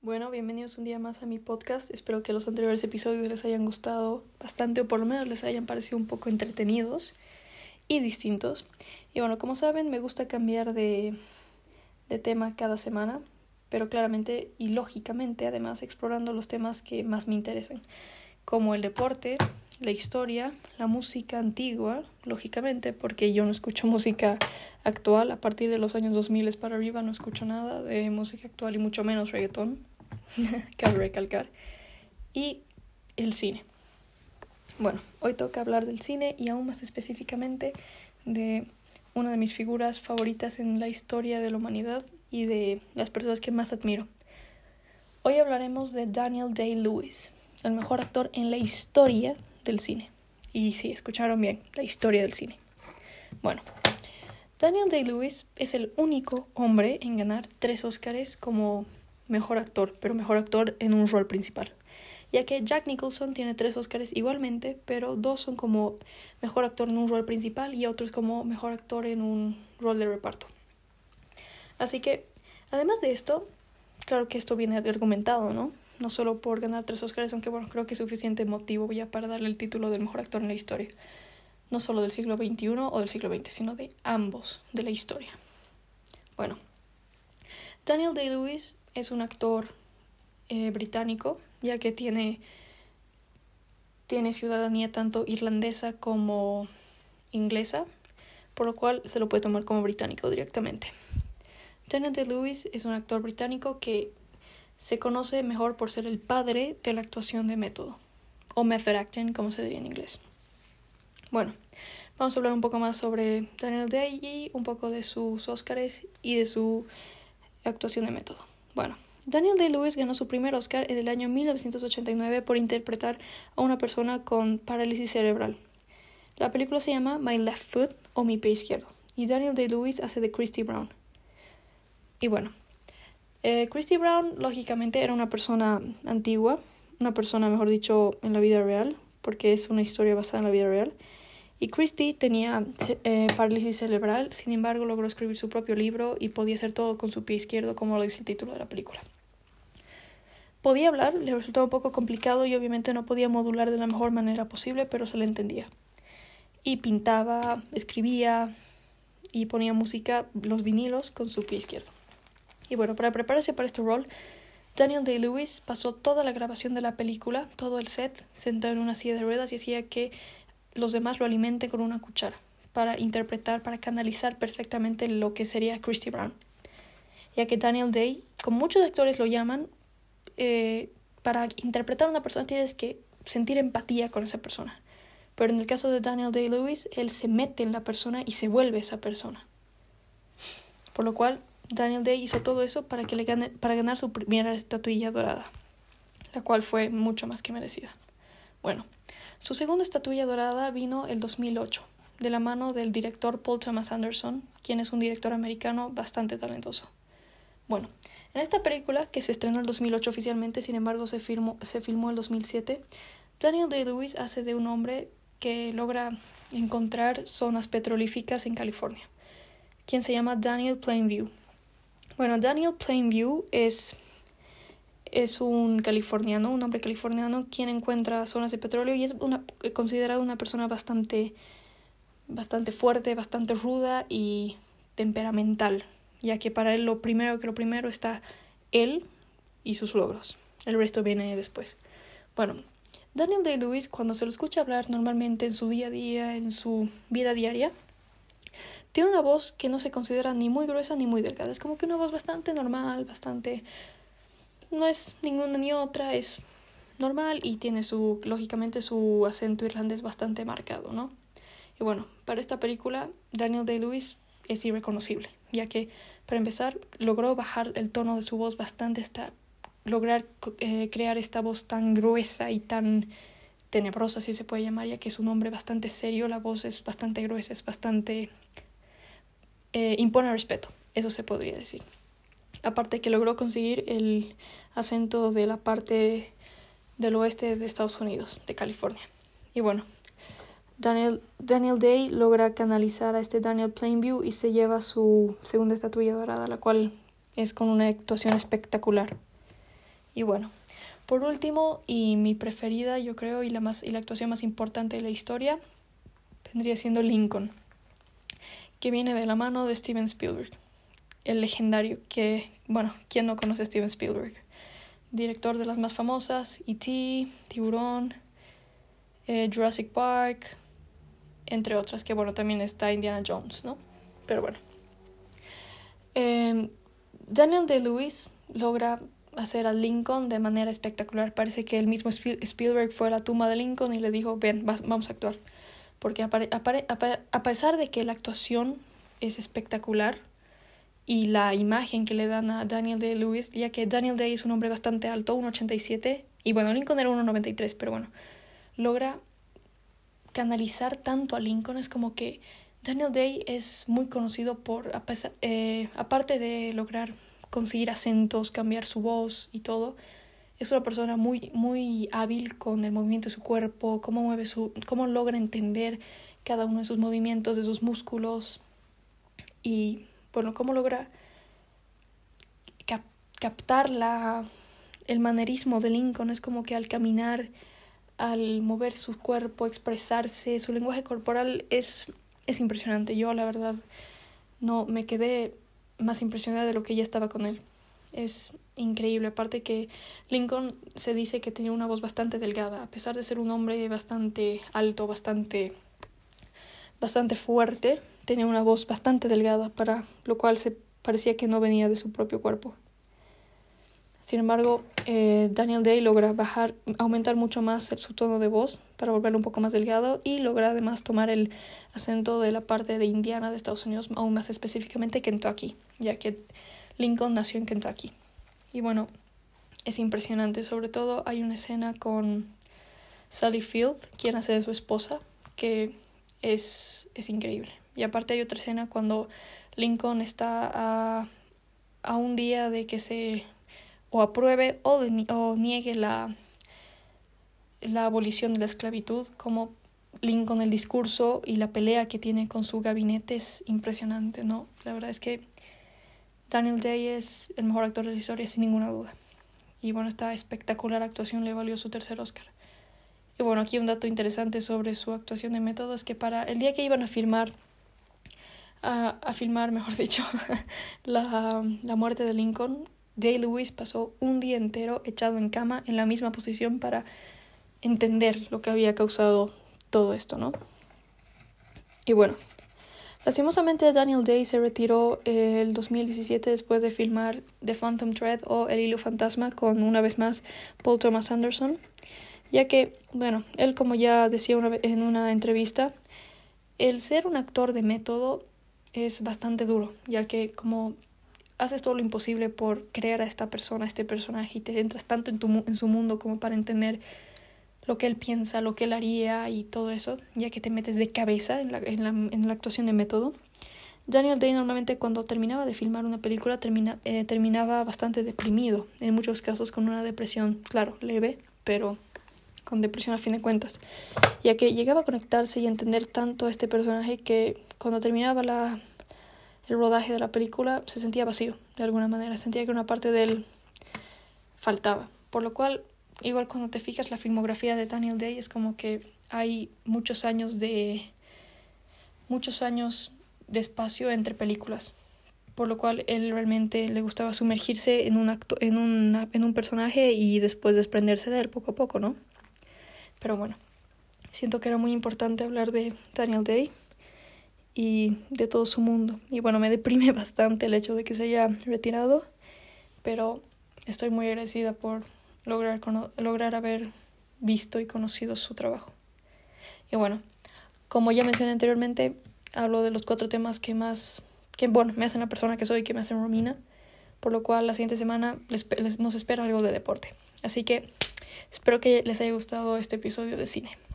Bueno, bienvenidos un día más a mi podcast. Espero que los anteriores episodios les hayan gustado bastante o por lo menos les hayan parecido un poco entretenidos y distintos. Y bueno, como saben, me gusta cambiar de tema cada semana, pero claramente y lógicamente además explorando los temas que más me interesan, como el deporte, la historia, la música antigua, lógicamente, porque yo no escucho música actual. A partir de los años 2000 para arriba no escucho nada de música actual y mucho menos reggaetón, cabe recalcar. Y el cine. Bueno, hoy toca hablar del cine y aún más específicamente de una de mis figuras favoritas en la historia de la humanidad y de las personas que más admiro. Hoy hablaremos de Daniel Day-Lewis, el mejor actor en la historia del cine. Y sí, escucharon bien, la historia del cine. Bueno, Daniel Day-Lewis es el único hombre en ganar 3 Óscares como mejor actor, pero mejor actor en un rol principal. Ya que Jack Nicholson tiene 3 Óscares igualmente, pero 2 son como mejor actor en un rol principal y otros como mejor actor en un rol de reparto. Así que, además de esto, claro que esto viene argumentado, ¿no? No solo por ganar 3 Óscares, aunque bueno, creo que es suficiente motivo ya para darle el título del mejor actor en la historia. No solo del siglo XXI o del siglo XX, sino de ambos, de la historia. Bueno, Daniel Day-Lewis es un actor británico, ya que tiene ciudadanía tanto irlandesa como inglesa, por lo cual se lo puede tomar como británico directamente. Daniel Day-Lewis es un actor británico que se conoce mejor por ser el padre de la actuación de método, o method acting, como se diría en inglés. Bueno, vamos a hablar un poco más sobre Daniel Day y un poco de sus Óscares y de su actuación de método. Bueno, Daniel Day-Lewis ganó su primer Óscar en el año 1989 por interpretar a una persona con parálisis cerebral. La película se llama My Left Foot o Mi Pie Izquierdo y Daniel Day-Lewis hace de Christy Brown. Y bueno, Christy Brown lógicamente era una persona antigua, una persona mejor dicho en la vida real, porque es una historia basada en la vida real. Y Christy tenía parálisis cerebral, sin embargo logró escribir su propio libro y podía hacer todo con su pie izquierdo, como lo dice el título de la película. Podía hablar, le resultaba un poco complicado y obviamente no podía modular de la mejor manera posible, pero se le entendía. Y pintaba, escribía y ponía música, los vinilos, con su pie izquierdo. Y bueno, para prepararse para este rol, Daniel Day-Lewis pasó toda la grabación de la película, todo el set, sentado en una silla de ruedas y hacía que los demás lo alimenten con una cuchara para interpretar, para canalizar perfectamente lo que sería Christy Brown. Ya que Daniel Day, como muchos actores lo llaman, para interpretar a una persona tienes que sentir empatía con esa persona. Pero en el caso de Daniel Day-Lewis, él se mete en la persona y se vuelve esa persona. Por lo cual, Daniel Day hizo todo eso para ganar su primera estatuilla dorada, la cual fue mucho más que merecida. Bueno, su segunda estatuilla dorada vino el 2008, de la mano del director Paul Thomas Anderson, quien es un director americano bastante talentoso. Bueno, en esta película, que se estrenó en el 2008 oficialmente, sin embargo se filmó en el 2007, Daniel Day-Lewis hace de un hombre que logra encontrar zonas petrolíferas en California, quien se llama Daniel Plainview. Bueno, Daniel Plainview es un californiano, un hombre californiano, quien encuentra zonas de petróleo y es considerado una persona bastante fuerte, bastante ruda y temperamental, ya que para él lo primero está él y sus logros. El resto viene después. Bueno, Daniel Day-Lewis, cuando se lo escucha hablar normalmente en su día a día, en su vida diaria, tiene una voz que no se considera ni muy gruesa ni muy delgada. Es como que una voz bastante normal, no es ninguna ni otra, es normal y tiene lógicamente su acento irlandés bastante marcado, ¿no? Y bueno, para esta película, Daniel Day-Lewis es irreconocible, ya que, para empezar, logró bajar el tono de su voz bastante hasta lograr crear esta voz tan gruesa y tan tenebrosa, si se puede llamar, ya que es un hombre bastante serio, la voz es bastante gruesa, es bastante... impone respeto, eso se podría decir. Aparte que logró conseguir el acento de la parte del oeste de Estados Unidos, de California. Y bueno, Daniel Day logra canalizar a este Daniel Plainview y se lleva su segunda estatuilla dorada, la cual es con una actuación espectacular. Y bueno, por último, y mi preferida, yo creo, y la actuación más importante de la historia, vendría siendo Lincoln, que viene de la mano de Steven Spielberg, el legendario que, bueno, ¿quién no conoce a Steven Spielberg? Director de las más famosas, E.T., Tiburón, Jurassic Park, entre otras, que bueno, también está Indiana Jones, ¿no? Pero bueno. Daniel Day-Lewis logra hacer a Lincoln de manera espectacular. Parece que el mismo Spielberg fue a la tumba de Lincoln y le dijo, ven, vamos a actuar. Porque a pesar de que la actuación es espectacular y la imagen que le dan a Daniel Day-Lewis, ya que Daniel Day es un hombre bastante alto, 1,87, y bueno, Lincoln era 1,93, pero bueno, logra canalizar tanto a Lincoln. Es como que Daniel Day es muy conocido por, aparte de lograr conseguir acentos, cambiar su voz y todo, es una persona muy, muy hábil con el movimiento de su cuerpo, cómo logra entender cada uno de sus movimientos, de sus músculos, y bueno, cómo logra captar el manerismo de Lincoln. Es como que al caminar, al mover su cuerpo, expresarse, su lenguaje corporal es impresionante. Yo, la verdad, no me quedé más impresionada de lo que ya estaba con él. Es increíble. Aparte que Lincoln se dice que tenía una voz bastante delgada, a pesar de ser un hombre bastante alto, bastante fuerte, tenía una voz bastante delgada, para lo cual se parecía que no venía de su propio cuerpo. Sin embargo, Daniel Day logra aumentar mucho más su tono de voz para volverlo un poco más delgado, y logra además tomar el acento de la parte de Indiana de Estados Unidos, aún más específicamente Kentucky, ya que Lincoln nació en Kentucky. Y bueno, es impresionante. Sobre todo hay una escena con Sally Field, quien hace de su esposa, que es increíble. Y aparte hay otra escena cuando Lincoln está a un día de que se o apruebe o niegue la abolición de la esclavitud, como Lincoln, el discurso y la pelea que tiene con su gabinete es impresionante, ¿no? La verdad es que Daniel Day es el mejor actor de la historia, sin ninguna duda. Y bueno, esta espectacular actuación le valió su tercer Oscar. Y bueno, aquí un dato interesante sobre su actuación de método es que para el día que iban a filmar, mejor dicho, la muerte de Lincoln, Day-Lewis pasó un día entero echado en cama en la misma posición para entender lo que había causado todo esto, ¿no? Y bueno, lastimosamente Daniel Day se retiró el 2017 después de filmar The Phantom Thread, o El Hilo Fantasma, con una vez más Paul Thomas Anderson, ya que, bueno, él, como ya decía en una entrevista, el ser un actor de método es bastante duro, ya que como haces todo lo imposible por crear a esta persona, a este personaje, y te entras tanto en su mundo como para entender lo que él piensa, lo que él haría y todo eso, ya que te metes de cabeza en la actuación de método. Daniel Day normalmente cuando terminaba de filmar una película terminaba bastante deprimido, en muchos casos con una depresión, claro, leve, pero con depresión a fin de cuentas, ya que llegaba a conectarse y entender tanto a este personaje que cuando terminaba el rodaje de la película se sentía vacío, de alguna manera, sentía que una parte de él faltaba, por lo cual, igual cuando te fijas la filmografía de Daniel Day, es como que hay muchos años de espacio entre películas, por lo cual él realmente le gustaba sumergirse en un personaje y después desprenderse de él poco a poco, ¿no? Pero bueno, siento que era muy importante hablar de Daniel Day y de todo su mundo. Y bueno, me deprime bastante el hecho de que se haya retirado, pero estoy muy agradecida por lograr haber visto y conocido su trabajo. Y bueno, como ya mencioné anteriormente, hablo de los 4 temas que me hacen la persona que soy, que me hacen Romina, por lo cual la siguiente semana nos espera algo de deporte. Así que espero que les haya gustado este episodio de cine.